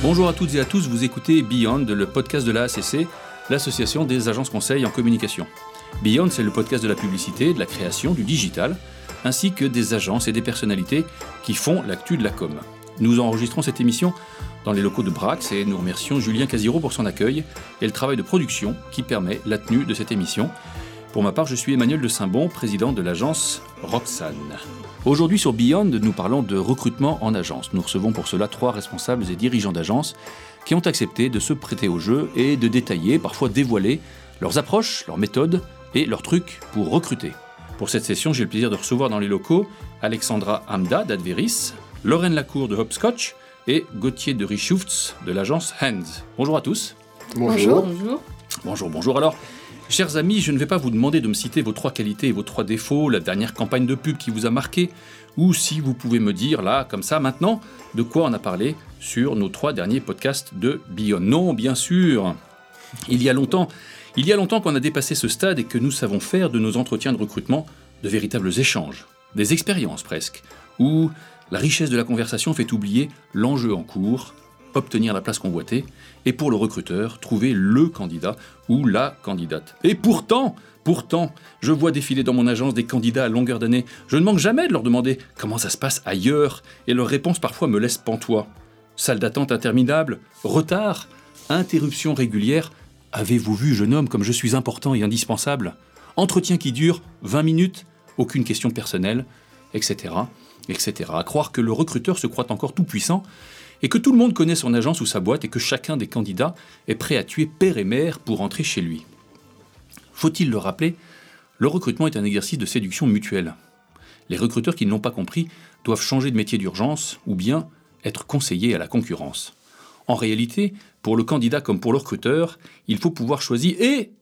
Bonjour à toutes et à tous, vous écoutez Beyond, le podcast de la ACC, l'association des agences conseils en communication. Beyond, c'est le podcast de la publicité, de la création, du digital, ainsi que des agences et des personnalités qui font l'actu de la com. Nous enregistrons cette émission dans les locaux de Brax et nous remercions Julien Casiro pour son accueil et le travail de production qui permet la tenue de cette émission. Pour ma part, je suis Emmanuel de Saint-Bon, président de l'agence Roxane. Aujourd'hui sur Beyond, nous parlons de recrutement en agence. Nous recevons pour cela 3 responsables et dirigeants d'agences qui ont accepté de se prêter au jeu et de détailler, parfois dévoiler, leurs approches, leurs méthodes et leurs trucs pour recruter. Pour cette session, j'ai le plaisir de recevoir dans les locaux Alexandra Hamda d'Adveris, Lorraine Lacour de Hopscotch et Gauthier de Richouts de l'agence Hands. Bonjour à tous. Bonjour. Bonjour. Alors, chers amis, je ne vais pas vous demander de me citer vos 3 qualités et vos 3 défauts, la dernière campagne de pub qui vous a marqué, ou si vous pouvez me dire, là, comme ça, maintenant, de quoi on a parlé sur nos 3 derniers podcasts de Beyond. Non, bien sûr, il y a longtemps qu'on a dépassé ce stade et que nous savons faire de nos entretiens de recrutement de véritables échanges, des expériences presque, où la richesse de la conversation fait oublier l'enjeu en cours, obtenir la place convoitée, et pour le recruteur, trouver le candidat ou la candidate. Et pourtant, je vois défiler dans mon agence des candidats à longueur d'année. Je ne manque jamais de leur demander comment ça se passe ailleurs, et leur réponse parfois me laisse pantois. Salle d'attente interminable, retard, interruption régulière. Avez-vous vu, jeune homme, comme je suis important et indispensable ? Entretien qui dure 20 minutes, aucune question personnelle, etc. À croire que le recruteur se croit encore tout puissant et que tout le monde connaît son agence ou sa boîte et que chacun des candidats est prêt à tuer père et mère pour entrer chez lui. Faut-il le rappeler, le recrutement est un exercice de séduction mutuelle. Les recruteurs qui ne l'ont pas compris doivent changer de métier d'urgence ou bien être conseillés à la concurrence. En réalité, pour le candidat comme pour le recruteur, il faut pouvoir choisir et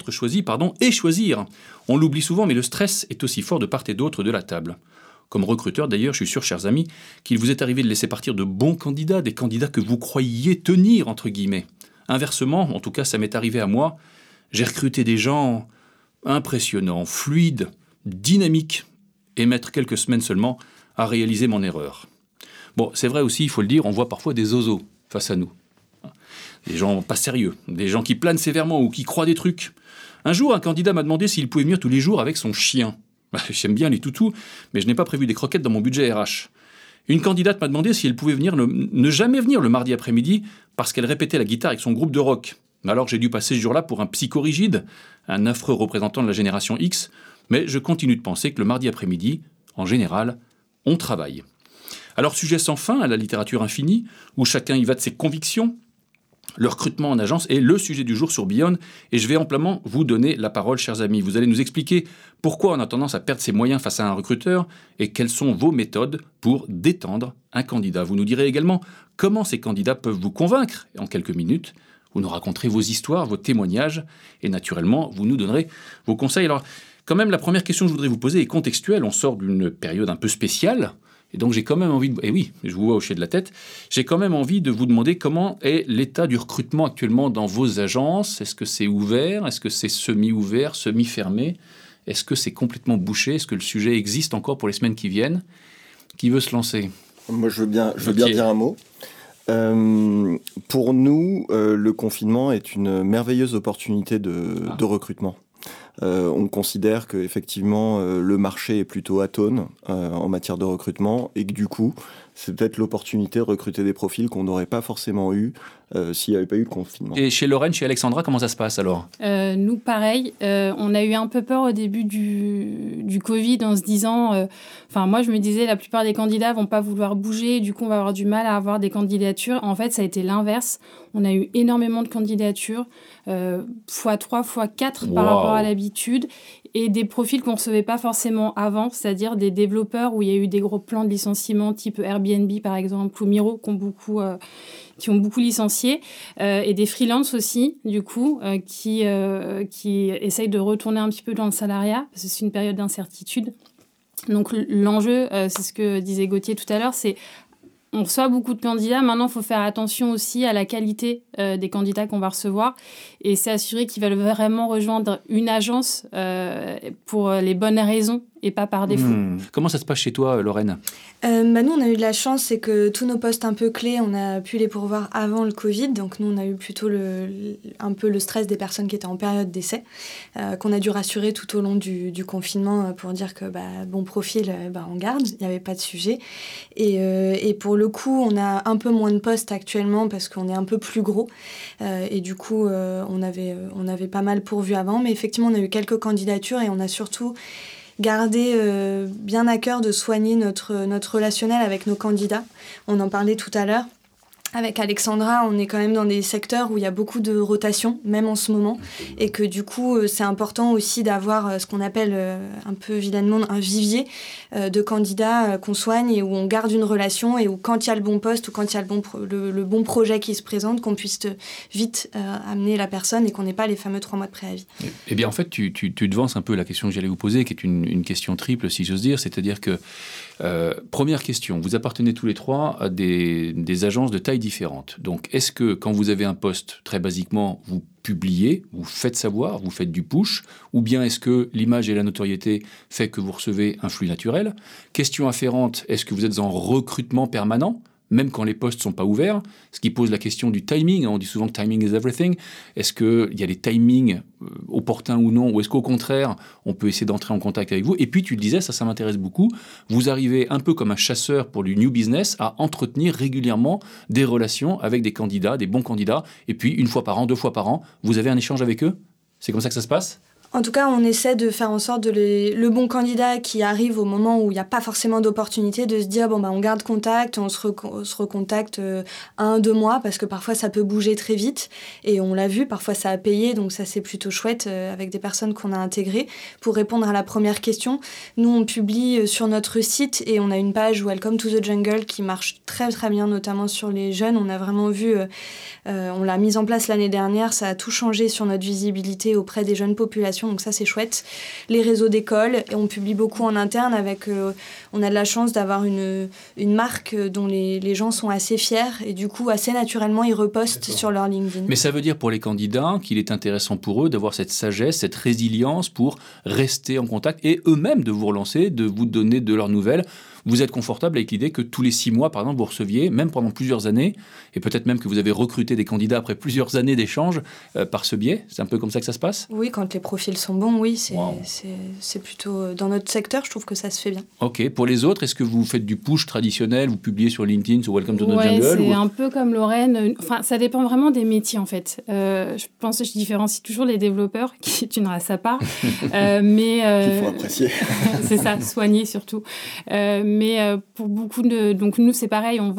choisir. On l'oublie souvent, mais le stress est aussi fort de part et d'autre de la table. Comme recruteur, d'ailleurs, je suis sûr, chers amis, qu'il vous est arrivé de laisser partir de bons candidats, des candidats que vous croyiez tenir, entre guillemets. Inversement, en tout cas, ça m'est arrivé à moi, j'ai recruté des gens impressionnants, fluides, dynamiques, et mettre quelques semaines seulement à réaliser mon erreur. Bon, c'est vrai aussi, il faut le dire, on voit parfois des zozos face à nous. Des gens pas sérieux, des gens qui planent sévèrement ou qui croient des trucs. Un jour, un candidat m'a demandé s'il pouvait venir tous les jours avec son chien. J'aime bien les toutous, mais je n'ai pas prévu des croquettes dans mon budget RH. Une candidate m'a demandé si elle pouvait ne jamais venir le mardi après-midi parce qu'elle répétait la guitare avec son groupe de rock. Alors j'ai dû passer ce jour-là pour un psychorigide, un affreux représentant de la génération X, mais je continue de penser que le mardi après-midi, en général, on travaille. Alors sujet sans fin à la littérature infinie, où chacun y va de ses convictions. Le recrutement en agence est le sujet du jour sur Beyond et je vais amplement vous donner la parole, chers amis. Vous allez nous expliquer pourquoi on a tendance à perdre ses moyens face à un recruteur et quelles sont vos méthodes pour détendre un candidat. Vous nous direz également comment ces candidats peuvent vous convaincre en quelques minutes. Vous nous raconterez vos histoires, vos témoignages et naturellement, vous nous donnerez vos conseils. Alors, quand même, la première question que je voudrais vous poser est contextuelle. On sort d'une période un peu spéciale. Et donc j'ai quand même envie je vous vois hocher de la tête, j'ai quand même envie de vous demander comment est l'état du recrutement actuellement dans vos agences. Est-ce que c'est ouvert ? Est-ce que c'est semi-ouvert, semi-fermé ? Est-ce que c'est complètement bouché ? Est-ce que le sujet existe encore pour les semaines qui viennent ? Qui veut se lancer ? Moi, je veux bien dire un mot. Pour nous, le confinement est une merveilleuse opportunité de recrutement. On considère qu'effectivement le marché est plutôt atone en matière de recrutement et que du coup c'est peut-être l'opportunité de recruter des profils qu'on n'aurait pas forcément eu s'il n'y avait pas eu le confinement. Et chez Lorraine, chez Alexandra, comment ça se passe alors ? Nous, pareil, on a eu un peu peur au début du Covid en se disant, moi je me disais la plupart des candidats vont pas vouloir bouger, du coup on va avoir du mal à avoir des candidatures. En fait, ça a été l'inverse. On a eu énormément de candidatures, x3, x4 par rapport à l'habitude, et des profils qu'on ne recevait pas forcément avant, c'est-à-dire des développeurs où il y a eu des gros plans de licenciement type Airbnb par exemple, ou Miro qui ont beaucoup licencié, et des freelances aussi, du coup, qui essayent de retourner un petit peu dans le salariat, parce que c'est une période d'incertitude. Donc l'enjeu, c'est ce que disait Gauthier tout à l'heure, c'est on reçoit beaucoup de candidats. Maintenant, il faut faire attention aussi à la qualité des candidats qu'on va recevoir et s'assurer qu'ils veulent vraiment rejoindre une agence pour les bonnes raisons et pas par défaut. Comment ça se passe chez toi, Lorraine ? Nous, on a eu de la chance, c'est que tous nos postes un peu clés, on a pu les pourvoir avant le Covid. Donc nous, on a eu plutôt un peu le stress des personnes qui étaient en période d'essai, qu'on a dû rassurer tout au long du confinement pour dire que bon profil, on garde, il n'y avait pas de sujet. Et pour le coup, on a un peu moins de postes actuellement parce qu'on est un peu plus gros. Et du coup, on avait pas mal pourvu avant. Mais effectivement, on a eu quelques candidatures et on a surtout garder bien à cœur de soigner notre relationnel avec nos candidats. On en parlait tout à l'heure. Avec Alexandra, on est quand même dans des secteurs où il y a beaucoup de rotation, même en ce moment, et que du coup, c'est important aussi d'avoir ce qu'on appelle un peu vilainement un vivier de candidats qu'on soigne et où on garde une relation et où quand il y a le bon poste ou quand il y a le bon projet qui se présente, qu'on puisse vite amener la personne et qu'on n'ait pas les fameux 3 mois de préavis. Eh bien, en fait, tu devances un peu la question que j'allais vous poser, qui est une question triple, si j'ose dire, c'est-à-dire que première question, vous appartenez tous les 3 à des agences de taille différentes. Donc, est-ce que quand vous avez un poste, très basiquement, vous publiez, vous faites savoir, vous faites du push, ou bien est-ce que l'image et la notoriété fait que vous recevez un flux naturel ? Question afférente, est-ce que vous êtes en recrutement permanent ? Même quand les postes ne sont pas ouverts, ce qui pose la question du timing. On dit souvent que timing is everything. Est-ce qu'il y a des timings opportuns ou non, ou est-ce qu'au contraire, on peut essayer d'entrer en contact avec vous ? Et puis, tu le disais, ça m'intéresse beaucoup, vous arrivez un peu comme un chasseur pour du new business à entretenir régulièrement des relations avec des candidats, des bons candidats, et puis 1 fois par an, 2 fois par an, vous avez un échange avec eux ? C'est comme ça que ça se passe ? En tout cas, on essaie de faire en sorte le bon candidat qui arrive au moment où il n'y a pas forcément d'opportunité, de se dire on garde contact, on se recontacte 1-2 mois parce que parfois ça peut bouger très vite et on l'a vu, parfois ça a payé, donc ça c'est plutôt chouette avec des personnes qu'on a intégrées. Pour répondre à la première question, nous on publie sur notre site et on a une page Welcome to the Jungle qui marche très très bien, notamment sur les jeunes. On a vraiment vu, on l'a mise en place l'année dernière, ça a tout changé sur notre visibilité auprès des jeunes populations. Donc ça c'est chouette. Les réseaux d'écoles, et on publie beaucoup en interne avec, on a de la chance d'avoir une marque dont les gens sont assez fiers et du coup assez naturellement ils repostent sur leur LinkedIn. Mais ça veut dire pour les candidats qu'il est intéressant pour eux d'avoir cette sagesse, cette résilience pour rester en contact et eux-mêmes de vous relancer, de vous donner de leurs nouvelles. Vous êtes confortable avec l'idée que tous les 6 mois, par exemple, vous receviez, même pendant plusieurs années, et peut-être même que vous avez recruté des candidats après plusieurs années d'échanges par ce biais. C'est un peu comme ça que ça se passe ? Oui, quand les profils sont bons, oui. C'est plutôt... Dans notre secteur, je trouve que ça se fait bien. Ok. Pour les autres, est-ce que vous faites du push traditionnel ? Vous publiez sur LinkedIn, sur Welcome to the Jungle ? C'est un peu comme Lorraine. Enfin, ça dépend vraiment des métiers, en fait. Je pense que je différencie toujours les développeurs, qui est une race à part. Mais qu'il faut apprécier. C'est ça, soigner surtout. Mais pour beaucoup de... Donc nous, c'est pareil, on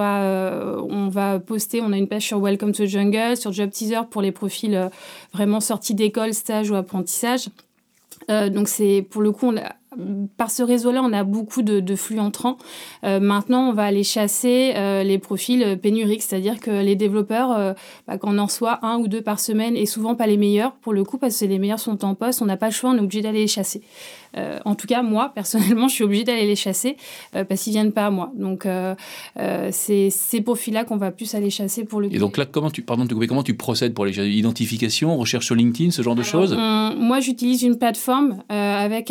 va poster, on a une page sur Welcome to the Jungle, sur Job Teaser pour les profils vraiment sortis d'école, stage ou apprentissage. Donc c'est, pour le coup, par ce réseau-là, on a beaucoup de flux entrants. Maintenant, on va aller chasser les profils pénuriques, c'est-à-dire que les développeurs, quand on en reçoit 1 ou 2 par semaine, et souvent pas les meilleurs, pour le coup, parce que les meilleurs sont en poste, on n'a pas le choix, on est obligé d'aller les chasser. En tout cas, moi, personnellement, je suis obligée d'aller les chasser parce qu'ils ne viennent pas à moi. Donc, c'est ces profils-là qu'on va plus aller chasser pour le coup. Et donc là, comment tu procèdes pour les identifications, recherche sur LinkedIn, ce genre de choses ? Moi, j'utilise une plateforme avec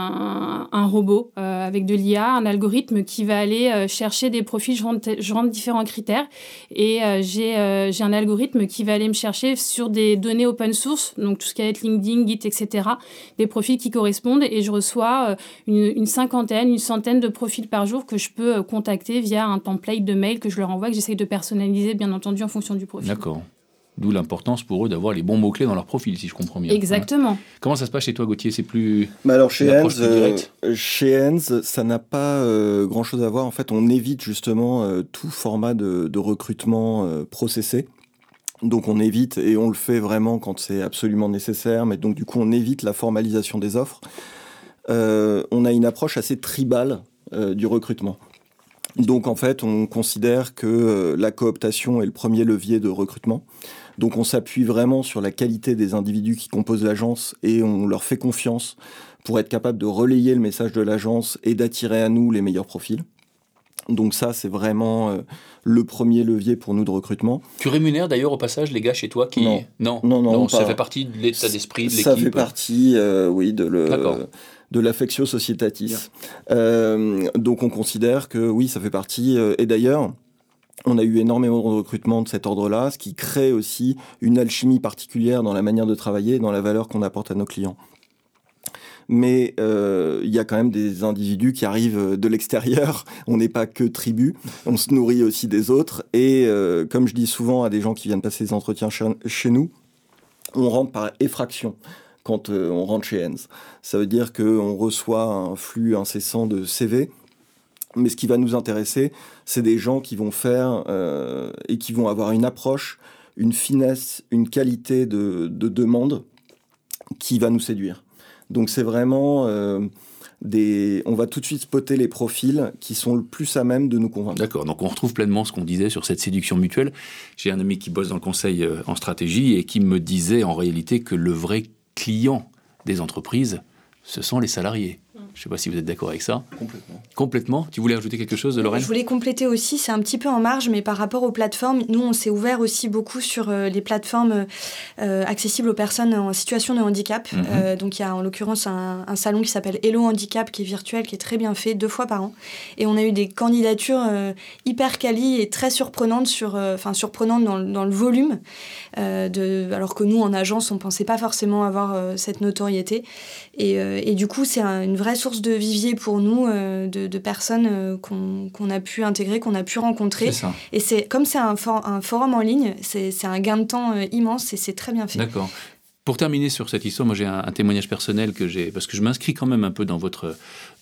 un robot, avec de l'IA, un algorithme qui va aller chercher des profils. Je rentre différents critères et j'ai un algorithme qui va aller me chercher sur des données open source, donc tout ce qui va être LinkedIn, Git, etc., des profils qui correspondent et je reçois une cinquantaine, une centaine de profils par jour que je peux contacter via un template de mail que je leur envoie, que j'essaye de personnaliser, bien entendu, en fonction du profil. D'accord. D'où l'importance pour eux d'avoir les bons mots-clés dans leur profil, si je comprends bien. Exactement. Hein. Comment ça se passe chez toi, Gauthier ? C'est plus... Alors chez Ends, ça n'a pas grand-chose à voir. En fait, on évite justement tout format de recrutement processé. Donc on évite, et on le fait vraiment quand c'est absolument nécessaire, mais donc du coup on évite la formalisation des offres. On a une approche assez tribale du recrutement. Donc en fait, on considère que la cooptation est le premier levier de recrutement. Donc on s'appuie vraiment sur la qualité des individus qui composent l'agence et on leur fait confiance pour être capable de relayer le message de l'agence et d'attirer à nous les meilleurs profils. Donc ça, c'est vraiment le premier levier pour nous de recrutement. Tu rémunères d'ailleurs au passage les gars chez toi qui... Non, ça fait partie de l'état d'esprit de l'équipe. Ça fait partie, oui, de l'affectio societatis. Donc on considère que oui, ça fait partie. Et d'ailleurs, on a eu énormément de recrutements de cet ordre-là, ce qui crée aussi une alchimie particulière dans la manière de travailler et dans la valeur qu'on apporte à nos clients. Mais il y a quand même des individus qui arrivent de l'extérieur. On n'est pas que tribu, on se nourrit aussi des autres. Et comme je dis souvent à des gens qui viennent passer des entretiens chez nous, on rentre par effraction quand on rentre chez Hens. Ça veut dire qu'on reçoit un flux incessant de CV. Mais ce qui va nous intéresser, c'est des gens qui vont faire et qui vont avoir une approche, une finesse, une qualité de demande qui va nous séduire. Donc c'est vraiment on va tout de suite spotter les profils qui sont le plus à même de nous convaincre. D'accord, donc on retrouve pleinement ce qu'on disait sur cette séduction mutuelle. J'ai un ami qui bosse dans le conseil en stratégie et qui me disait en réalité que le vrai client des entreprises, ce sont les salariés. Je ne sais pas si vous êtes d'accord avec ça. Complètement. Tu voulais ajouter quelque chose, Lorraine ? Je voulais compléter aussi, c'est un petit peu en marge, mais par rapport aux plateformes, nous, on s'est ouvert aussi beaucoup sur les plateformes accessibles aux personnes en situation de handicap. Donc, il y a en l'occurrence un salon qui s'appelle Hello Handicap, qui est virtuel, qui est très bien fait, 2 fois par an. Et on a eu des candidatures hyper quali et très surprenantes, surprenantes dans le volume. Alors que nous, en agence, on ne pensait pas forcément avoir cette notoriété. Et du coup, c'est une vraie source de vivier pour nous, de personnes qu'on a pu intégrer, qu'on a pu rencontrer. C'est ça. Et comme c'est un forum en ligne, c'est un gain de temps immense et c'est très bien fait. D'accord. Pour terminer sur cette histoire, moi j'ai un témoignage personnel parce que je m'inscris quand même un peu dans votre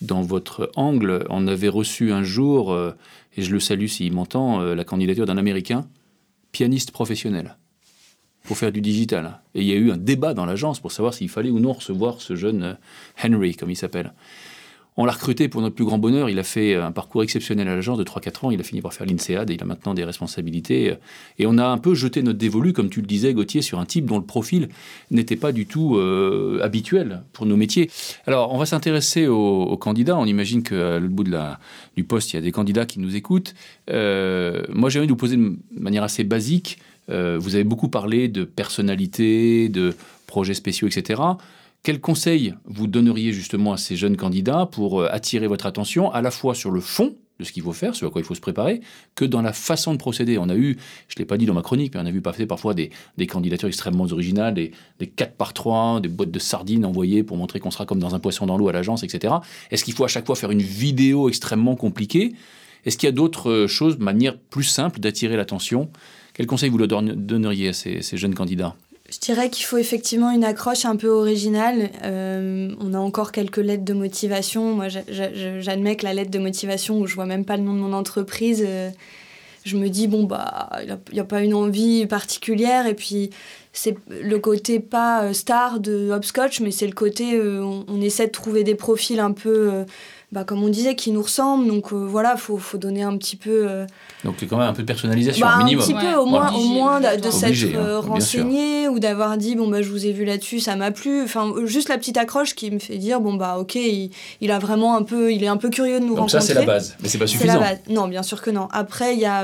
angle. On avait reçu un jour, et je le salue s'il m'entend, la candidature d'un Américain, pianiste professionnel, pour faire du digital. Et il y a eu un débat dans l'agence pour savoir s'il fallait ou non recevoir ce jeune Henry, comme il s'appelle. On l'a recruté pour notre plus grand bonheur. Il a fait un parcours exceptionnel à l'agence de 3-4 ans. Il a fini par faire l'INSEAD et il a maintenant des responsabilités. Et on a un peu jeté notre dévolu, comme tu le disais, Gauthier, sur un type dont le profil n'était pas du tout habituel pour nos métiers. Alors, on va s'intéresser aux candidats. On imagine qu'à l'autre bout du poste, il y a des candidats qui nous écoutent. Moi, j'ai envie de vous poser de manière assez basique. Vous avez beaucoup parlé de personnalité, de projets spéciaux, etc. Quels conseils vous donneriez justement à ces jeunes candidats pour attirer votre attention à la fois sur le fond de ce qu'il faut faire, ce à quoi il faut se préparer, que dans la façon de procéder? On a eu, je ne l'ai pas dit dans ma chronique, mais on a vu passer parfois des candidatures extrêmement originales, des 4x3, des boîtes de sardines envoyées pour montrer qu'on sera comme dans un poisson dans l'eau à l'agence, etc. Est-ce qu'il faut à chaque fois faire une vidéo extrêmement compliquée? Est-ce qu'il y a d'autres choses, de manière plus simple d'attirer l'attention? Quels conseils vous le donneriez à ces jeunes candidats? Je dirais qu'il faut effectivement une accroche un peu originale. On a encore quelques lettres de motivation. Moi, j'admets que la lettre de motivation où je vois même pas le nom de mon entreprise, je me dis, il n'y a pas une envie particulière. Et puis, c'est le côté pas star de Hopscotch, mais c'est le côté, on essaie de trouver des profils un peu... comme on disait, qui nous ressemblent. Donc voilà, faut donner un petit peu... Donc il y a quand même un peu de personnalisation, minimum. Un petit peu, au moins de s'être renseigné ou d'avoir dit, je vous ai vu là-dessus, ça m'a plu. Enfin, juste la petite accroche qui me fait dire, ok, il a vraiment il est un peu curieux de nous rencontrer. Donc ça, c'est la base, mais c'est pas suffisant. Non, bien sûr que non. Après, il y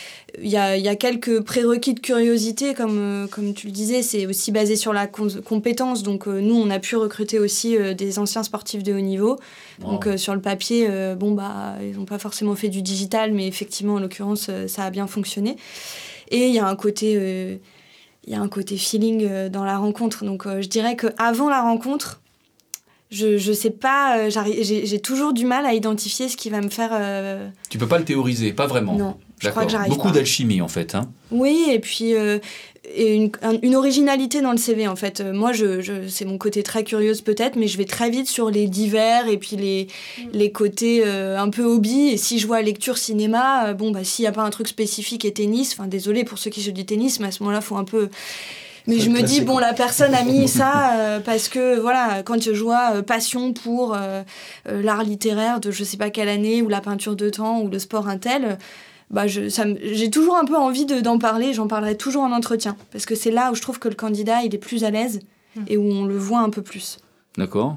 a quelques prérequis de curiosité, comme tu le disais, c'est aussi basé sur la compétence. Donc nous, on a pu recruter aussi des anciens sportifs de haut niveau. Donc sur le papier, ils n'ont pas forcément fait du digital, mais effectivement, en l'occurrence, ça a bien fonctionné. Et il y a un côté feeling dans la rencontre. Donc je dirais qu'avant la rencontre, je sais pas, j'ai toujours du mal à identifier ce qui va me faire... Tu peux pas le théoriser, pas vraiment. Non, je crois que j'arrive pas. Beaucoup d'alchimie en fait. Hein. Oui, et puis une originalité dans le CV en fait. Moi, c'est mon côté très curieuse peut-être, mais je vais très vite sur les divers et puis les côtés un peu hobby. Et si je vois lecture, cinéma, s'il n'y a pas un truc spécifique et tennis, désolé pour ceux qui jouent du tennis, mais à ce moment-là, il faut un peu... Mais je me dis, la personne a mis ça parce que, voilà, quand je vois passion pour l'art littéraire de je sais pas quelle année, ou la peinture de temps, ou le sport intel, j'ai toujours un peu envie d'en parler, j'en parlerai toujours en entretien. Parce que c'est là où je trouve que le candidat, il est plus à l'aise et où on le voit un peu plus. D'accord.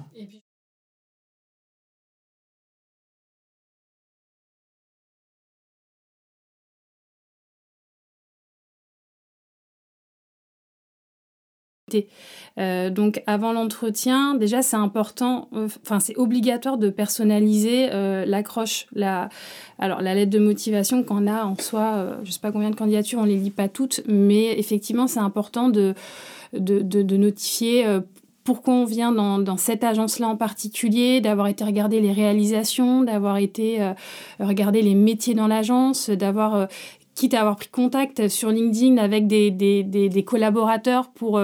respecter. Donc avant l'entretien, déjà c'est important, c'est obligatoire de personnaliser l'accroche. Alors la lettre de motivation qu'on a en soi, je sais pas combien de candidatures, on les lit pas toutes, mais effectivement c'est important de notifier pourquoi on vient dans cette agence-là en particulier, d'avoir été regarder les réalisations, d'avoir été regarder les métiers dans l'agence, quitte à avoir pris contact sur LinkedIn avec des collaborateurs pour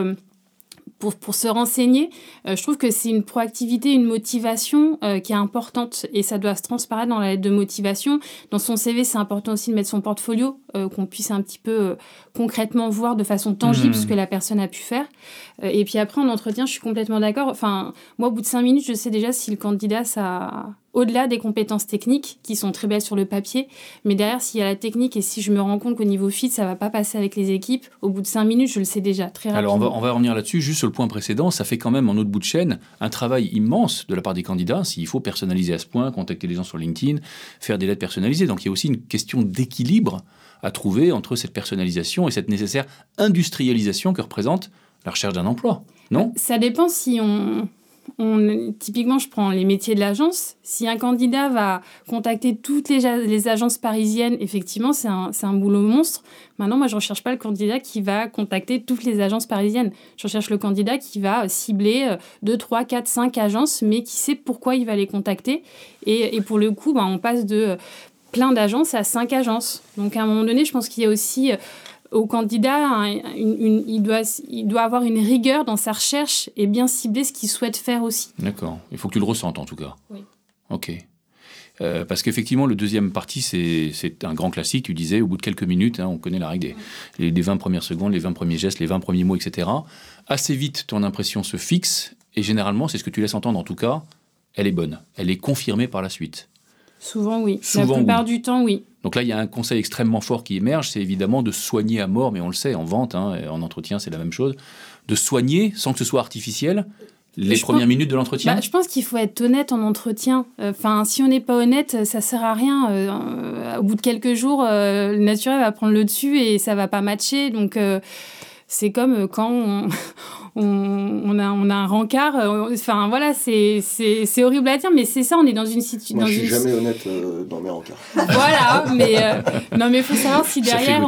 se renseigner. Je trouve que c'est une proactivité, une motivation qui est importante et ça doit se transparaître dans la lettre de motivation. Dans son CV, c'est important aussi de mettre son portfolio, qu'on puisse un petit peu concrètement voir de façon tangible ce que la personne a pu faire. Et puis après, en entretien, je suis complètement d'accord. Moi, au bout de 5 minutes, je sais déjà si le candidat, au-delà des compétences techniques, qui sont très belles sur le papier, mais derrière, s'il y a la technique et si je me rends compte qu'au niveau fit, ça ne va pas passer avec les équipes, au bout de 5 minutes, je le sais déjà, très rapidement. Alors, on va revenir là-dessus. Juste sur le point précédent, ça fait quand même, en autre bout de chaîne, un travail immense de la part des candidats, s'il faut personnaliser à ce point, contacter les gens sur LinkedIn, faire des lettres personnalisées. Donc, il y a aussi une question d'équilibre à trouver entre cette personnalisation et cette nécessaire industrialisation que représente la recherche d'un emploi, non ? Ça dépend si typiquement, je prends les métiers de l'agence. Si un candidat va contacter toutes les agences parisiennes, effectivement, c'est un boulot monstre. Maintenant, moi, je ne recherche pas le candidat qui va contacter toutes les agences parisiennes. Je recherche le candidat qui va cibler 2, 3, 4, 5 agences, mais qui sait pourquoi il va les contacter. Et pour le coup, on passe de plein d'agences à 5 agences. Donc, à un moment donné, je pense qu'il y a aussi... au candidat, il doit avoir une rigueur dans sa recherche et bien cibler ce qu'il souhaite faire aussi. D'accord. Il faut que tu le ressentes, en tout cas. Oui. OK. Parce qu'effectivement, le deuxième partie, c'est un grand classique. Tu disais, au bout de quelques minutes, on connaît la règle des 20 premières secondes, les 20 premiers gestes, les 20 premiers mots, etc. Assez vite, ton impression se fixe. Et généralement, c'est ce que tu laisses entendre, en tout cas, elle est bonne. Elle est confirmée par la suite. Souvent, oui. La plupart du temps, oui. Donc là, il y a un conseil extrêmement fort qui émerge, c'est évidemment de soigner à mort, mais on le sait, en vente, en entretien, c'est la même chose, de soigner, sans que ce soit artificiel, les premières minutes de l'entretien. Je pense qu'il faut être honnête en entretien. Si on n'est pas honnête, ça ne sert à rien. Au bout de quelques jours, le naturel va prendre le dessus et ça ne va pas matcher. Donc, c'est comme quand on a un rencard. C'est horrible à dire, mais c'est ça, on est dans une situation... Moi, je suis jamais honnête dans mes rencarts. Voilà, mais il faut savoir si derrière,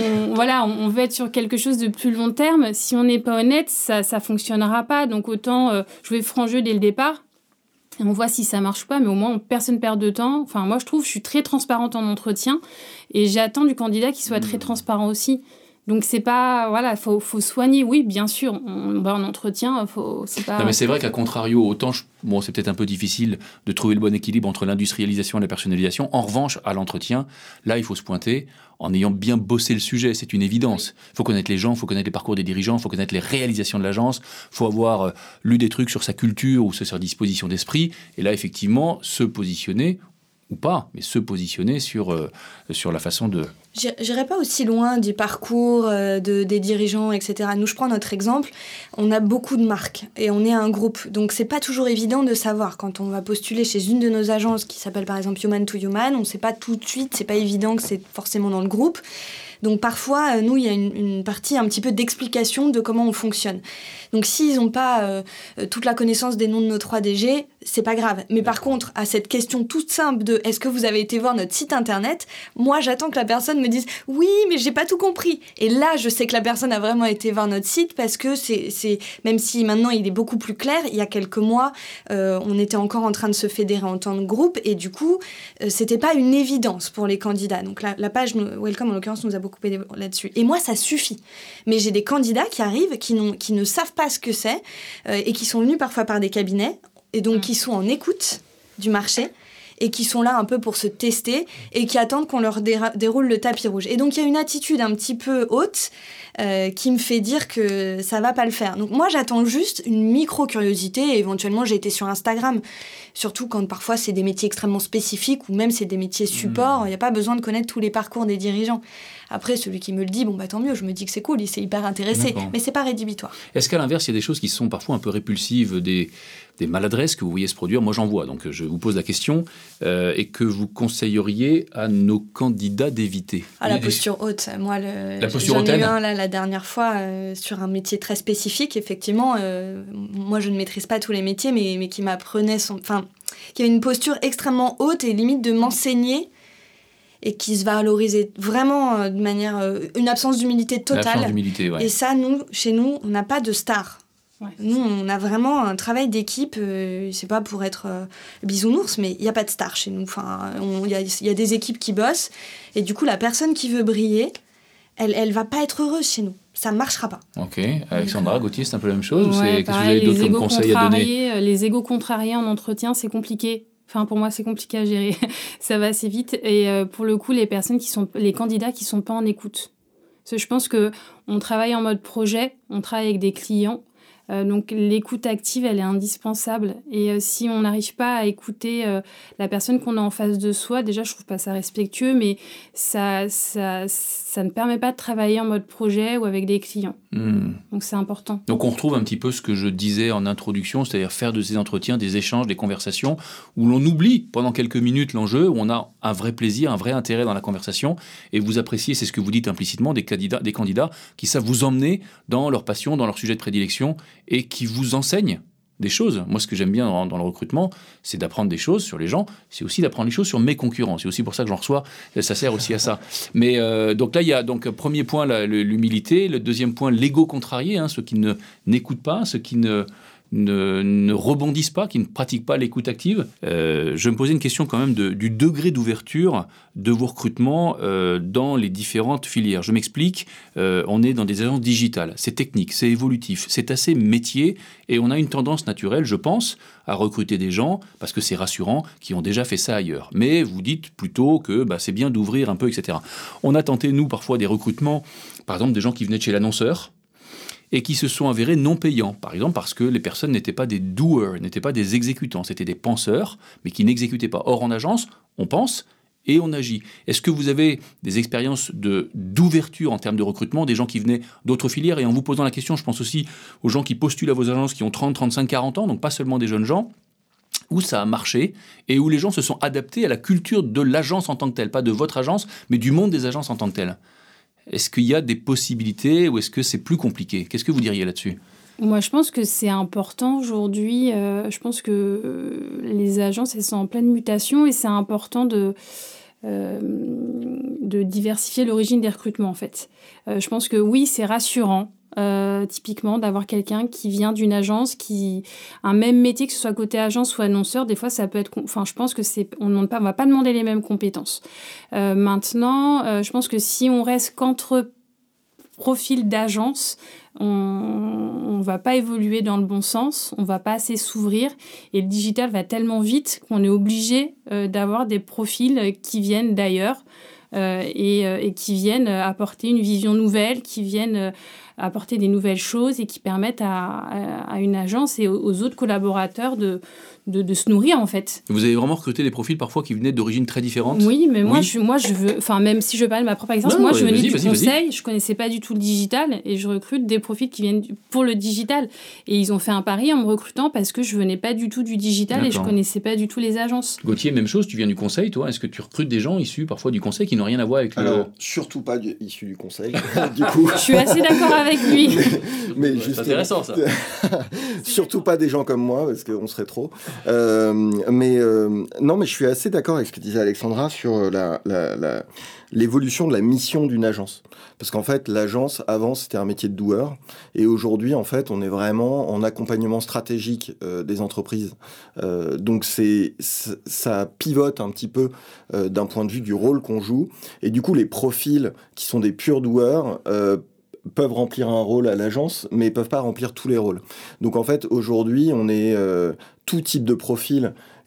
on veut être sur quelque chose de plus long terme. Si on n'est pas honnête, ça ne fonctionnera pas. Donc, autant jouer franc jeu dès le départ. Et on voit si ça marche pas, mais au moins, personne ne perd de temps. Moi, je trouve, je suis très transparente en entretien et j'attends du candidat qu'il soit très transparent aussi. Donc, c'est pas... faut soigner. Oui, bien sûr, on va en entretien, c'est pas... Non, mais c'est vrai qu'à contrario, autant... c'est peut-être un peu difficile de trouver le bon équilibre entre l'industrialisation et la personnalisation. En revanche, à l'entretien, là, il faut se pointer en ayant bien bossé le sujet. C'est une évidence. Il faut connaître les gens, il faut connaître les parcours des dirigeants, il faut connaître les réalisations de l'agence, il faut avoir lu des trucs sur sa culture ou sur sa disposition d'esprit. Et là, effectivement, se positionner... ou pas, mais se positionner sur la façon de... J'irai pas aussi loin du parcours des dirigeants, etc. Nous, je prends notre exemple, on a beaucoup de marques et on est un groupe. Donc, c'est pas toujours évident de savoir. Quand on va postuler chez une de nos agences qui s'appelle par exemple Human to Human, on sait pas tout de suite, c'est pas évident que c'est forcément dans le groupe. Donc parfois, nous, il y a une partie un petit peu d'explication de comment on fonctionne. Donc s'ils n'ont pas toute la connaissance des noms de nos 3 DG, c'est pas grave. Mais par contre, à cette question toute simple de « est-ce que vous avez été voir notre site internet ?», moi, j'attends que la personne me dise « oui, mais j'ai pas tout compris ». Et là, je sais que la personne a vraiment été voir notre site parce que c'est même si maintenant il est beaucoup plus clair, il y a quelques mois, on était encore en train de se fédérer en tant que groupe et du coup, c'était pas une évidence pour les candidats. Donc la page Welcome, en l'occurrence, nous a beaucoup aidé là-dessus. Et moi, ça suffit. Mais j'ai des candidats qui arrivent, qui ne savent pas ce que c'est et qui sont venus parfois par des cabinets et donc qui sont en écoute du marché et qui sont là un peu pour se tester et qui attendent qu'on leur déroule le tapis rouge. Et donc, il y a une attitude un petit peu haute qui me fait dire que ça va pas le faire. Donc, moi, j'attends juste une micro-curiosité et éventuellement, j'ai été sur Instagram. Surtout quand parfois, c'est des métiers extrêmement spécifiques ou même c'est des métiers support. Il n'y a pas besoin de connaître tous les parcours des dirigeants. Après, celui qui me le dit, tant mieux, je me dis que c'est cool, il s'est hyper intéressé. D'accord. Mais c'est pas rédhibitoire. Est-ce qu'à l'inverse, il y a des choses qui sont parfois un peu répulsives, des maladresses que vous voyez se produire. Moi, j'en vois, donc je vous pose la question, et que vous conseilleriez à nos candidats d'éviter. La posture haute. Moi, la posture j'en ai hautaine. eu un là, la dernière fois sur un métier très spécifique. Effectivement, moi, je ne maîtrise pas tous les métiers, mais qui m'apprenait qui avait une posture extrêmement haute et limite de m'enseigner et qui se valorisait vraiment de manière... une absence d'humilité totale. L'absence d'humilité, ouais. Et ça, chez nous, on n'a pas de star. Ouais. Nous, on a vraiment un travail d'équipe, c'est pas pour être bisounours, mais il n'y a pas de star chez nous. Enfin, il y a des équipes qui bossent, et du coup, la personne qui veut briller, elle va pas être heureuse chez nous. Ça ne marchera pas. Ok. Alexandra, Gauthier, c'est un peu la même chose? Ouais, Qu'est-ce que vous avez d'autres comme conseils à donner? Les égos contrariés en entretien, c'est compliqué. Enfin, pour moi, c'est compliqué à gérer. Ça va assez vite. Et pour le coup, les candidats qui sont pas en écoute. Parce que je pense qu'on travaille en mode projet, on travaille avec des clients. Donc l'écoute active, elle est indispensable. Et si on n'arrive pas à écouter la personne qu'on a en face de soi, déjà, je trouve pas ça respectueux, mais ça ne permet pas de travailler en mode projet ou avec des clients. Donc c'est important. Donc on retrouve un petit peu ce que je disais en introduction, c'est-à-dire faire de ces entretiens des échanges, des conversations, où l'on oublie pendant quelques minutes l'enjeu, où on a un vrai plaisir, un vrai intérêt dans la conversation, et vous appréciez, c'est ce que vous dites implicitement, des candidats qui savent vous emmener dans leur passion, dans leur sujet de prédilection, et qui vous enseignent des choses. Moi, ce que j'aime bien dans le recrutement, c'est d'apprendre des choses sur les gens. C'est aussi d'apprendre des choses sur mes concurrents. C'est aussi pour ça que j'en reçois. Ça sert aussi à ça. Mais donc là, il y a premier point, l'humilité. Le deuxième point, l'ego contrarié. Ceux qui n'écoutent pas, ceux qui ne rebondissent pas, qui ne pratiquent pas l'écoute active. Je me posais une question quand même du degré d'ouverture de vos recrutements dans les différentes filières. Je m'explique, on est dans des agences digitales, c'est technique, c'est évolutif, c'est assez métier, et on a une tendance naturelle, je pense, à recruter des gens, parce que c'est rassurant, qui ont déjà fait ça ailleurs. Mais vous dites plutôt que c'est bien d'ouvrir un peu, etc. On a tenté, nous, parfois des recrutements, par exemple des gens qui venaient de chez l'annonceur, et qui se sont avérés non payants, par exemple parce que les personnes n'étaient pas des doers, n'étaient pas des exécutants, c'était des penseurs, mais qui n'exécutaient pas. Or, en agence, on pense et on agit. Est-ce que vous avez des expériences d'ouverture en termes de recrutement, des gens qui venaient d'autres filières? Et en vous posant la question, je pense aussi aux gens qui postulent à vos agences qui ont 30, 35, 40 ans, donc pas seulement des jeunes gens, où ça a marché et où les gens se sont adaptés à la culture de l'agence en tant que telle, pas de votre agence, mais du monde des agences en tant que tel. Est-ce qu'il y a des possibilités ou est-ce que c'est plus compliqué? Qu'est-ce que vous diriez là-dessus? Moi, je pense que c'est important aujourd'hui. Je pense que les agences, elles sont en pleine mutation et c'est important de diversifier l'origine des recrutements, en fait. Je pense que oui, c'est rassurant. Typiquement d'avoir quelqu'un qui vient d'une agence, un même métier, que ce soit côté agence ou annonceur, des fois ça peut être, je pense que on va pas demander les mêmes compétences. Maintenant, je pense que si on reste qu'entre profils d'agence, on va pas évoluer dans le bon sens, on va pas assez s'ouvrir et le digital va tellement vite qu'on est obligé d'avoir des profils qui viennent d'ailleurs et qui viennent apporter une vision nouvelle, qui viennent apporter des nouvelles choses et qui permettent à une agence et aux autres collaborateurs de se nourrir, en fait. Vous avez vraiment recruté des profils parfois qui venaient d'origines très différentes? Oui, mais moi, je veux... Enfin, même si je parle de ma propre expérience, je venais du conseil, je connaissais pas du tout le digital et je recrute des profils qui viennent pour le digital. Et ils ont fait un pari en me recrutant parce que je venais pas du tout du digital et je connaissais pas du tout les agences. Gauthier, même chose, tu viens du conseil, toi. Est-ce que tu recrutes des gens issus parfois du conseil qui n'ont rien à voir avec Alors, surtout pas issus du conseil, du coup. Je suis assez d'accord avec lui. Mais c'est intéressant, ça. Surtout pas des gens comme moi, parce qu'on serait trop. Non, mais je suis assez d'accord avec ce que disait Alexandra sur l'évolution de la mission d'une agence. Parce qu'en fait, l'agence, avant, c'était un métier de doueur. Et aujourd'hui, en fait, on est vraiment en accompagnement stratégique des entreprises. Donc, ça pivote un petit peu d'un point de vue du rôle qu'on joue. Et du coup, les profils qui sont des purs doueurs peuvent remplir un rôle à l'agence, mais peuvent pas remplir tous les rôles. Donc, en fait, aujourd'hui, on est tout type de profil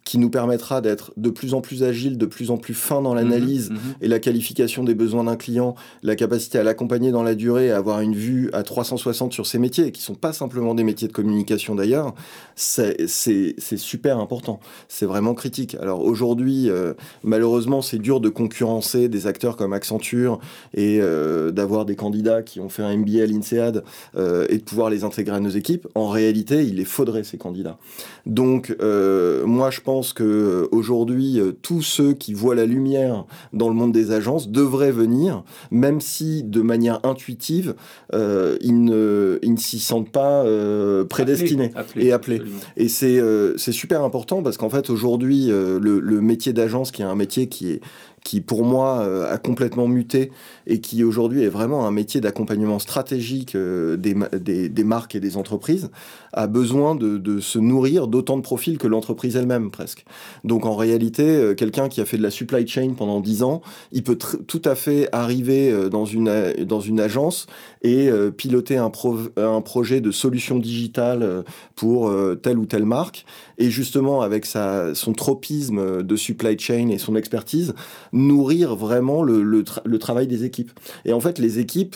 qui nous permettra d'être de plus en plus agile, de plus en plus fin dans l'analyse et la qualification des besoins d'un client, la capacité à l'accompagner dans la durée, à avoir une vue à 360 sur ces métiers, qui ne sont pas simplement des métiers de communication d'ailleurs, c'est super important. C'est vraiment critique. Alors aujourd'hui, malheureusement, c'est dur de concurrencer des acteurs comme Accenture et d'avoir des candidats qui ont fait un MBA à l'INSEAD et de pouvoir les intégrer à nos équipes. En réalité, il les faudrait, ces candidats. Donc, moi, je pense qu'aujourd'hui, tous ceux qui voient la lumière dans le monde des agences devraient venir, même si, de manière intuitive, ils ne s'y sentent pas prédestinés et appelés. Et c'est super important parce qu'en fait, aujourd'hui, le métier d'agence, qui est un métier qui pour moi a complètement muté et qui aujourd'hui est vraiment un métier d'accompagnement stratégique des marques et des entreprises, a besoin de se nourrir d'autant de profils que l'entreprise elle-même presque. Donc en réalité, quelqu'un qui a fait de la supply chain pendant 10 ans, il peut tout à fait arriver dans une agence et piloter un projet de solution digitale pour telle ou telle marque, et justement avec son tropisme de supply chain et son expertise, nourrir vraiment le travail des équipes. Et en fait, les équipes,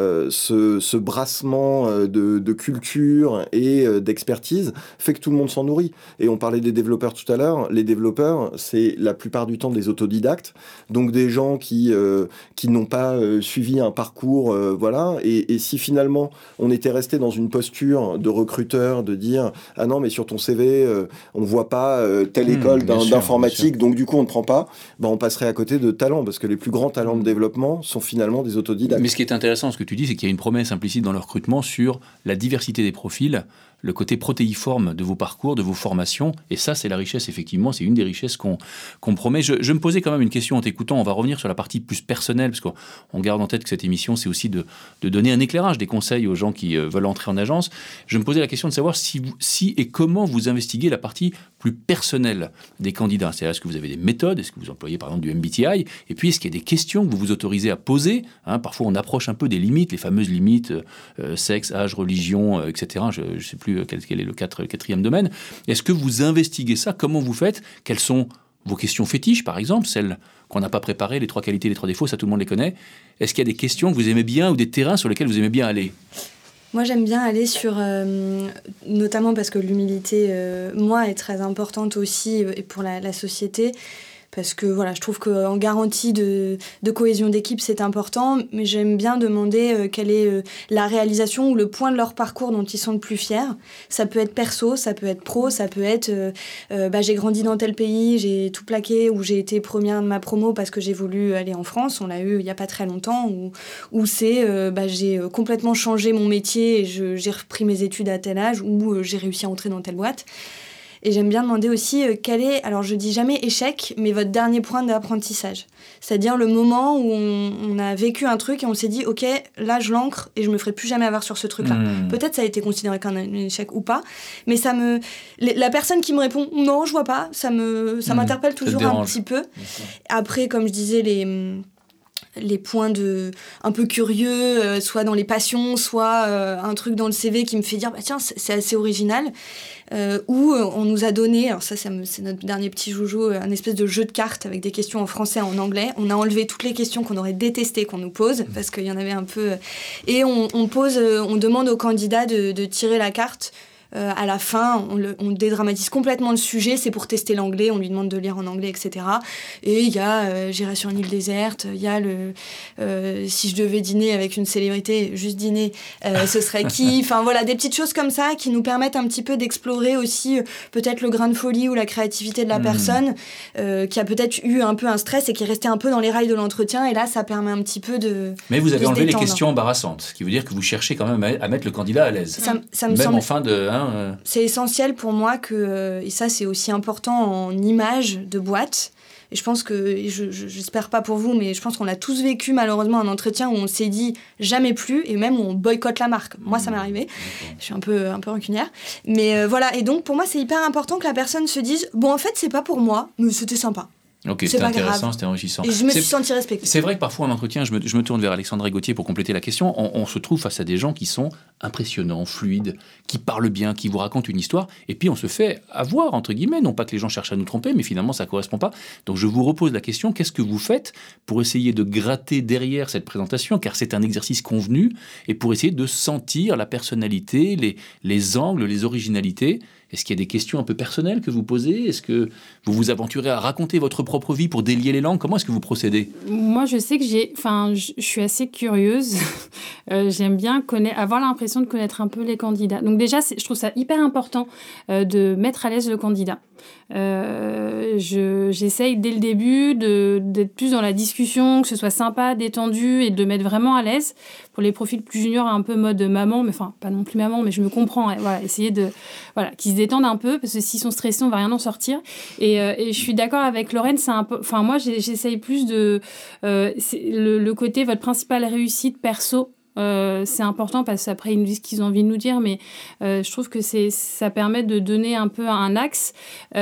ce brassement de culture et d'expertise fait que tout le monde s'en nourrit. Et on parlait des développeurs tout à l'heure. Les développeurs, c'est la plupart du temps des autodidactes, donc des gens qui n'ont pas suivi un parcours, voilà. Et si finalement on était resté dans une posture de recruteur, de dire « Ah non, mais sur ton CV, on voit pas telle école d'informatique, donc du coup on ne prend pas », on passerait à côté de talents, parce que les plus grands talents de développement sont finalement des autodidactes. Mais ce qui est intéressant, ce que tu dis, c'est qu'il y a une promesse implicite dans le recrutement sur la diversité des profils, le côté protéiforme de vos parcours, de vos formations, et ça, c'est la richesse, effectivement, c'est une des richesses qu'on promet. Je me posais quand même une question en t'écoutant, on va revenir sur la partie plus personnelle, parce qu'on garde en tête que cette émission, c'est aussi de donner un éclairage, des conseils aux gens qui veulent entrer en agence. Je me posais la question de savoir si et comment vous investiguez la partie plus personnelle des candidats. C'est-à-dire, est-ce que vous avez des méthodes, est-ce que vous employez par exemple du MBTI, et puis est-ce qu'il y a des questions que vous vous autorisez à poser, parfois on approche un peu des limites, les fameuses limites, sexe, âge, religion, etc. Je ne sais plus quel est le quatrième domaine. Est-ce que vous investiguez ça? Comment vous faites? Quelles sont vos questions fétiches, par exemple, celles qu'on n'a pas préparées, les 3 qualités, les 3 défauts, ça tout le monde les connaît. Est-ce qu'il y a des questions que vous aimez bien ou des terrains sur lesquels vous aimez bien aller? Moi, j'aime bien aller sur, notamment parce que l'humilité, moi, est très importante aussi et pour la société. Parce que voilà, je trouve qu'en garantie de cohésion d'équipe, c'est important, mais j'aime bien demander quelle est la réalisation ou le point de leur parcours dont ils sont le plus fiers. Ça peut être perso, ça peut être pro, ça peut être j'ai grandi dans tel pays, j'ai tout plaqué, ou j'ai été première de ma promo parce que j'ai voulu aller en France, on l'a eu il n'y a pas très longtemps, ou c'est j'ai complètement changé mon métier et j'ai repris mes études à tel âge, ou j'ai réussi à entrer dans telle boîte. Et j'aime bien demander aussi quel est, alors je dis jamais échec, mais votre dernier point d'apprentissage. C'est-à-dire le moment où on a vécu un truc et on s'est dit, ok, là je l'ancre et je me ferai plus jamais avoir sur ce truc-là. Peut-être ça a été considéré comme un échec ou pas, mais la personne qui me répond, non, je vois pas, ça m'interpelle toujours un petit peu. Après, comme je disais, les points un peu curieux, soit dans les passions, soit un truc dans le CV qui me fait dire tiens, c'est assez original, où on nous a donné, alors ça c'est notre dernier petit joujou, un espèce de jeu de cartes avec des questions en français et en anglais. On a enlevé toutes les questions qu'on aurait détesté qu'on nous pose, parce qu'il y en avait un peu, et on demande aux candidats de tirer la carte. À la fin, on dédramatise complètement le sujet, c'est pour tester l'anglais, on lui demande de lire en anglais, etc. Et il y a j'irai sur une île déserte, il y a si je devais dîner avec une célébrité, juste dîner, ce serait qui? Enfin voilà, des petites choses comme ça qui nous permettent un petit peu d'explorer aussi peut-être le grain de folie ou la créativité de la personne, qui a peut-être eu un peu un stress et qui est resté un peu dans les rails de l'entretien, et là ça permet un petit peu de... Mais vous avez enlevé les questions embarrassantes, ce qui veut dire que vous cherchez quand même à mettre le candidat à l'aise. Ça me même semble... en fin de... C'est essentiel pour moi que, et ça c'est aussi important en image de boîte, et je pense que, j'espère pas pour vous, mais je pense qu'on l'a tous vécu malheureusement un entretien où on s'est dit jamais plus, et même où on boycotte la marque. Moi ça m'est arrivé, je suis un peu rancunière, mais voilà, et donc pour moi c'est hyper important que la personne se dise bon en fait c'est pas pour moi, mais c'était sympa. Ok, c'est c'était pas intéressant, grave. c'était enrichissant. Et je me suis sentie respectée. C'est vrai que parfois en entretien, je me tourne vers Alexandra et Gauthier pour compléter la question, on se trouve face à des gens qui sont impressionnants, fluides, qui parlent bien, qui vous racontent une histoire, et puis on se fait avoir, entre guillemets, non pas que les gens cherchent à nous tromper, mais finalement ça ne correspond pas. Donc je vous repose la question, qu'est-ce que vous faites pour essayer de gratter derrière cette présentation, car c'est un exercice convenu, et pour essayer de sentir la personnalité, les angles, les originalités. Est-ce qu'il y a des questions un peu personnelles que vous posez? Est-ce que vous vous aventurez à raconter votre propre vie pour délier les langues? Comment est-ce que vous procédez? Moi, je sais que je suis assez curieuse. J'aime bien avoir l'impression de connaître un peu les candidats. Donc déjà, je trouve ça hyper important de mettre à l'aise le candidat. J'essaye dès le début d'être plus dans la discussion, que ce soit sympa, détendu et de mettre vraiment à l'aise. Pour les profils plus juniors, un peu mode maman, mais enfin pas non plus maman, mais je me comprends. Voilà, essayer qu'ils se détendent un peu, parce que s'ils sont stressés, on va rien en sortir. Et je suis d'accord avec Lorraine, enfin moi j'essaye plus de le côté votre principale réussite perso. C'est important parce qu'après ils nous disent ce qu'ils ont envie de nous dire, mais je trouve que ça permet de donner un peu un axe.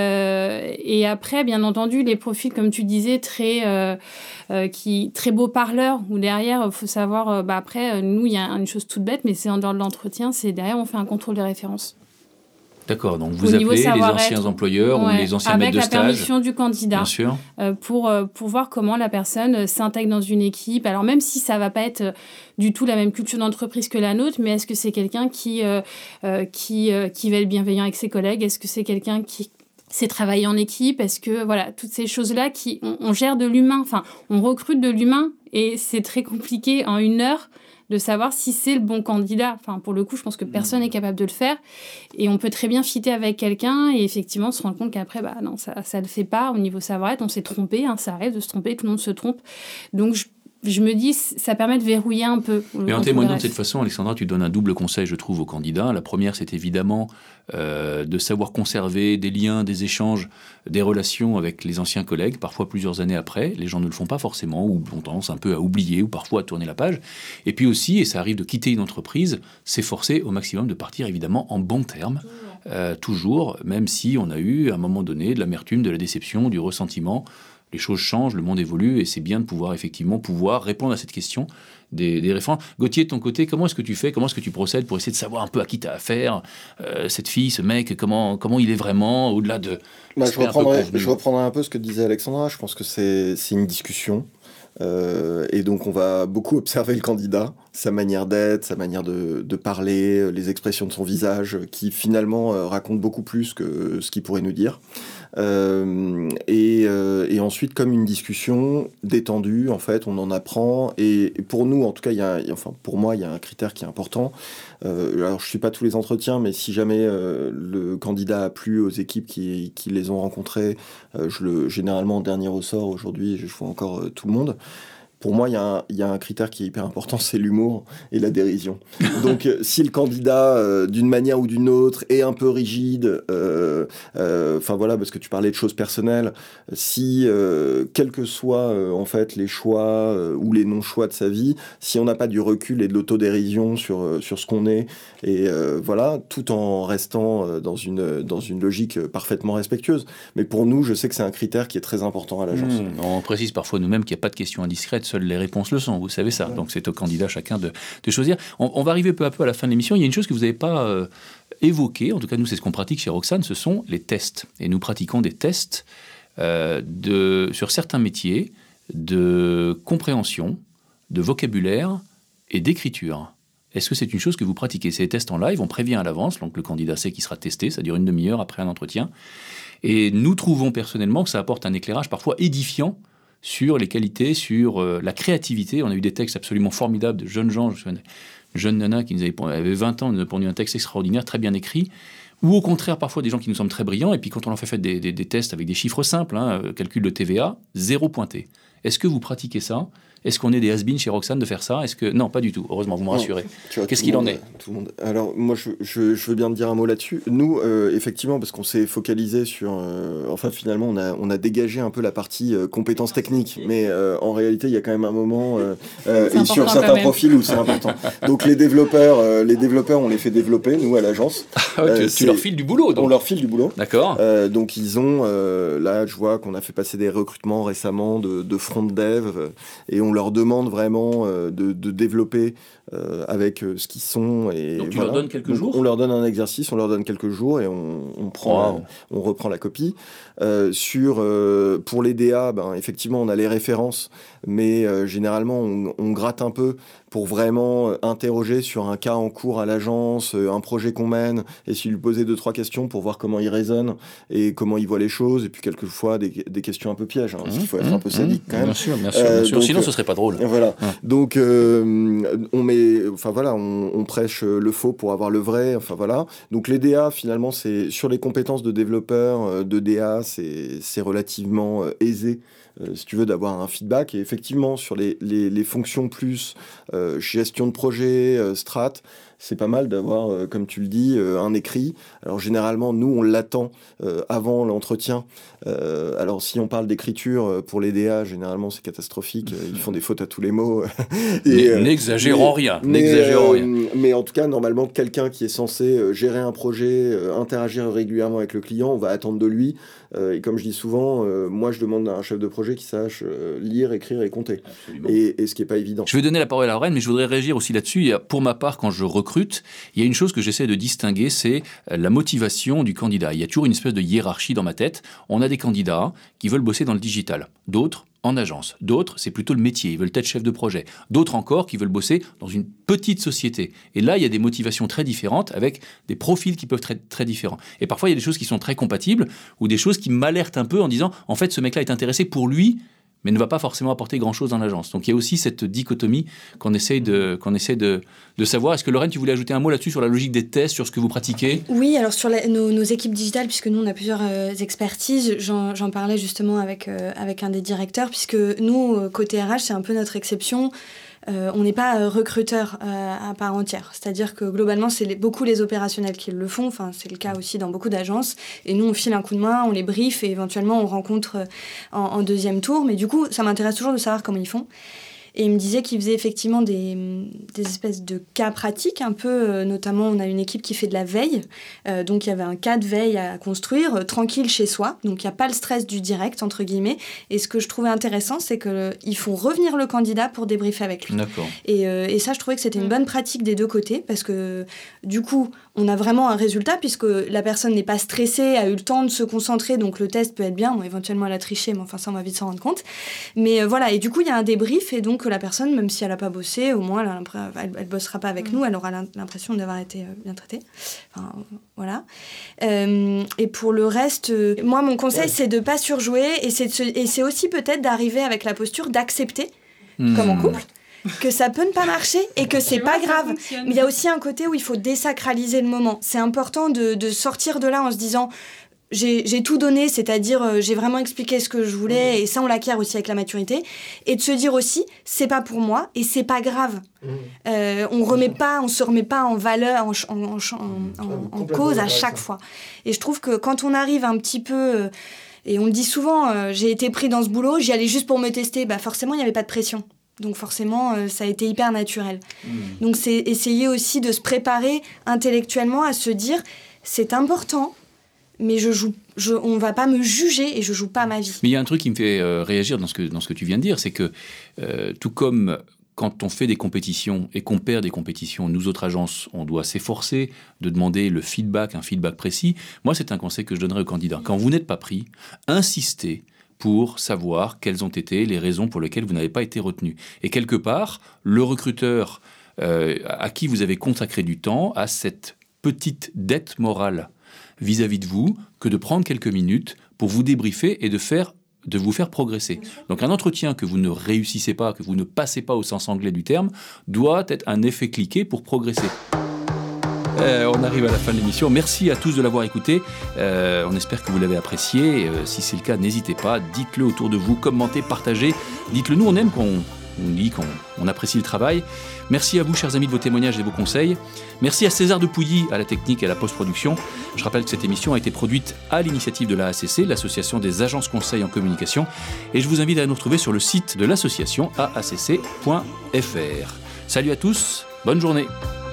Et après, bien entendu, les profils, comme tu disais, très beaux parleurs, où derrière, il faut savoir, après, nous, il y a une chose toute bête, mais c'est dans l'entretien, c'est derrière, on fait un contrôle des références. D'accord, donc vous appelez les anciens employeurs ou les anciens maîtres de stage. Avec la permission du candidat. Bien sûr. Pour voir comment la personne s'intègre dans une équipe. Alors même si ça ne va pas être du tout la même culture d'entreprise que la nôtre, mais est-ce que c'est quelqu'un qui va être bienveillant avec ses collègues? Est-ce que c'est quelqu'un qui sait travailler en équipe? Est-ce que, voilà, toutes ces choses-là, on gère de l'humain, enfin, on recrute de l'humain et c'est très compliqué en 1 heure de savoir si c'est le bon candidat. Enfin, pour le coup, je pense que personne n'est capable de le faire. Et on peut très bien fitter avec quelqu'un et effectivement se rendre compte qu'après, non, ça ne le fait pas au niveau savoir-être. On s'est trompé, ça arrive de se tromper, tout le monde se trompe. Donc, je me dis, ça permet de verrouiller un peu. Mais en témoignant de cette façon, Alexandra, tu donnes un double conseil, je trouve, aux candidats. La première, c'est évidemment de savoir conserver des liens, des échanges, des relations avec les anciens collègues, parfois plusieurs années après. Les gens ne le font pas forcément, ou ont tendance un peu à oublier, ou parfois à tourner la page. Et puis aussi, et ça arrive de quitter une entreprise, s'efforcer au maximum de partir évidemment en bons termes, toujours, même si on a eu à un moment donné de l'amertume, de la déception, du ressentiment. Les choses changent, le monde évolue et c'est bien de pouvoir répondre à cette question des référents. Gauthier, de ton côté, comment est-ce que tu fais? Comment est-ce que tu procèdes pour essayer de savoir un peu à qui tu as affaire, cette fille, ce mec, comment il est vraiment, au-delà de... Je reprendrai un peu ce que disait Alexandra. Je pense que c'est une discussion. Et donc on va beaucoup observer le candidat, sa manière d'être, sa manière de parler, les expressions de son visage, qui finalement racontent beaucoup plus que ce qu'il pourrait nous dire. Et ensuite, comme une discussion détendue, en fait, on en apprend. Et pour nous, en tout cas, pour moi, il y a un critère qui est important. Alors, je ne suis pas tous les entretiens, mais si jamais le candidat a plu aux équipes qui les ont rencontrés, généralement en dernier ressort aujourd'hui, je vois encore tout le monde. Pour moi, il y a un critère qui est hyper important, c'est l'humour et la dérision. Donc, si le candidat, d'une manière ou d'une autre, est un peu rigide, parce que tu parlais de choses personnelles, si, quels que soient en fait les choix ou les non-choix de sa vie, si on n'a pas du recul et de l'autodérision sur ce qu'on est, et tout en restant dans une logique parfaitement respectueuse. Mais pour nous, je sais que c'est un critère qui est très important à l'agence. On précise parfois nous-mêmes qu'il n'y a pas de questions indiscrètes. Seules les réponses le sont, vous savez ça. Donc c'est au candidat chacun de choisir. On va arriver peu à peu à la fin de l'émission. Il y a une chose que vous n'avez pas évoquée, en tout cas nous c'est ce qu'on pratique chez Roxane, ce sont les tests. Et nous pratiquons des tests sur certains métiers de compréhension, de vocabulaire et d'écriture. Est-ce que c'est une chose que vous pratiquez? C'est des tests en live, on prévient à l'avance, donc le candidat sait qu'il sera testé, ça dure 1 demi-heure après un entretien. Et nous trouvons personnellement que ça apporte un éclairage parfois édifiant sur les qualités, sur la créativité. On a eu des textes absolument formidables de jeunes gens, une jeune nana qui avait 20 ans, nous a pondu un texte extraordinaire, très bien écrit, ou au contraire parfois des gens qui nous semblent très brillants, et puis quand on leur fait des tests avec des chiffres simples, calcul de TVA, 0 pointé. Est-ce que vous pratiquez ça? Est-ce qu'on est des has-beens chez Roxane de faire ça ? Non, pas du tout. Heureusement, vous me rassurez. Qu'est-ce qu'il en est ? Tout le monde. Alors, moi, je veux bien me dire un mot là-dessus. Nous, effectivement, parce qu'on s'est focalisé sur... finalement, on a dégagé un peu la partie compétences techniques. Mais en réalité, il y a quand même un moment... et sur certains profils où c'est important. Donc, les développeurs, on les fait développer, nous, à l'agence. Tu leur files du boulot, donc. On leur file du boulot. D'accord. Donc, ils ont... là, je vois qu'on a fait passer des recrutements récemment de front dev. Et on leur demande vraiment de développer avec ce qu'ils sont. Et donc tu leur donnes quelques jours ? On leur donne un exercice, on leur donne quelques jours et on reprend la copie. Pour les DA, effectivement, on a les références, mais généralement, on gratte un peu pour vraiment interroger sur un cas en cours à l'agence, un projet qu'on mène, et s'il lui posait 2-3 questions pour voir comment il raisonne et comment il voit les choses, et puis quelquefois des questions un peu pièges, parce qu'il faut être un peu sadique quand même. Bien sûr. Donc, sinon ce serait pas drôle. Voilà. Donc on prêche le faux pour avoir le vrai. Donc les DA, finalement, c'est sur les compétences de développeurs de DA, c'est relativement aisé. Si tu veux, d'avoir un feedback. Et effectivement, sur les fonctions plus gestion de projet, strat, c'est pas mal d'avoir, comme tu le dis, un écrit. Alors généralement, nous, on l'attend avant l'entretien. Alors si on parle d'écriture pour les DA, généralement, c'est catastrophique. Ils font des fautes à tous les mots. N'exagérons rien. Mais en tout cas, normalement, quelqu'un qui est censé gérer un projet, interagir régulièrement avec le client, on va attendre de lui. Et comme je dis souvent, moi, je demande à un chef de projet qui sache lire, écrire et compter. Et ce qui n'est pas évident. Je vais donner la parole à Lorraine, mais je voudrais réagir aussi là-dessus. Pour ma part, quand je recrute, il y a une chose que j'essaie de distinguer, c'est la motivation du candidat. Il y a toujours une espèce de hiérarchie dans ma tête. On a des candidats qui veulent bosser dans le digital. D'autres en agence. D'autres, c'est plutôt le métier, ils veulent être chef de projet. D'autres encore qui veulent bosser dans une petite société. Et là, il y a des motivations très différentes avec des profils qui peuvent être très différents. Et parfois, il y a des choses qui sont très compatibles ou des choses qui m'alertent un peu en disant, en fait, ce mec-là est intéressé pour lui, mais ne va pas forcément apporter grand-chose dans l'agence. Donc il y a aussi cette dichotomie qu'on essaie de savoir. Est-ce que Lorraine, tu voulais ajouter un mot là-dessus sur la logique des tests, sur ce que vous pratiquez ? Oui, alors sur nos équipes digitales, puisque nous on a plusieurs expertises, j'en parlais justement avec un des directeurs, puisque nous, côté RH, c'est un peu notre exception. On n'est pas recruteur à part entière. C'est-à-dire que globalement, c'est beaucoup les opérationnels qui le font. Enfin, c'est le cas aussi dans beaucoup d'agences. Et nous, on file un coup de main, on les briefe et éventuellement, on rencontre en deuxième tour. Mais du coup, ça m'intéresse toujours de savoir comment ils font. Et il me disait qu'il faisait effectivement des espèces de cas pratiques, un peu, notamment on a une équipe qui fait de la veille, donc il y avait un cas de veille à construire, tranquille chez soi, donc il n'y a pas le stress du direct, entre guillemets, et ce que je trouvais intéressant, c'est qu'ils font revenir le candidat pour débriefer avec lui. D'accord. Et ça, je trouvais que c'était une bonne pratique des deux côtés, parce que du coup, on a vraiment un résultat, puisque la personne n'est pas stressée, a eu le temps de se concentrer, donc le test peut être bien, bon, éventuellement elle a triché, mais enfin ça on va vite s'en rendre compte. Mais voilà, et du coup il y a un débrief, et donc la personne, même si elle n'a pas bossé, au moins elle bossera pas avec nous, elle aura l'impression d'avoir été bien traitée. Enfin, voilà. Et pour le reste, moi mon conseil c'est de pas surjouer, et c'est aussi peut-être d'arriver avec la posture d'accepter, comme en couple, que ça peut ne pas marcher et que c'est pas grave. Mais il y a aussi un côté où il faut désacraliser le moment. C'est important de sortir de là en se disant j'ai tout donné, c'est-à-dire j'ai vraiment expliqué ce que je voulais, et ça on l'acquiert aussi avec la maturité, et de se dire aussi c'est pas pour moi et c'est pas grave. On se remet pas en valeur, en cause à chaque fois. Et je trouve que quand on arrive un petit peu, et on le dit souvent, j'ai été pris dans ce boulot, j'y allais juste pour me tester, forcément il n'y avait pas de pression. Donc forcément, ça a été hyper naturel. Donc c'est essayer aussi de se préparer intellectuellement à se dire c'est important, mais on ne va pas me juger et je ne joue pas ma vie. Mais il y a un truc qui me fait réagir dans ce que tu viens de dire, c'est que tout comme quand on fait des compétitions et qu'on perd des compétitions, nous autres agences, on doit s'efforcer de demander un feedback précis. Moi, c'est un conseil que je donnerais aux candidats. Quand vous n'êtes pas pris, insistez pour savoir quelles ont été les raisons pour lesquelles vous n'avez pas été retenu. Et quelque part, le recruteur à qui vous avez consacré du temps a cette petite dette morale vis-à-vis de vous que de prendre quelques minutes pour vous débriefer et de vous faire progresser. Donc un entretien que vous ne réussissez pas, que vous ne passez pas au sens anglais du terme, doit être un effet cliqué pour progresser. On arrive à la fin de l'émission. Merci à tous de l'avoir écouté. On espère que vous l'avez apprécié. Si c'est le cas, n'hésitez pas. Dites-le autour de vous, commentez, partagez. Dites-le, nous on aime On dit qu'on apprécie le travail. Merci à vous, chers amis, de vos témoignages et de vos conseils. Merci à César de Pouilly, à la technique et à la post-production. Je rappelle que cette émission a été produite à l'initiative de l'AACC, l'association des agences conseils en communication. Et je vous invite à nous retrouver sur le site de l'association aacc.fr. Salut à tous, bonne journée.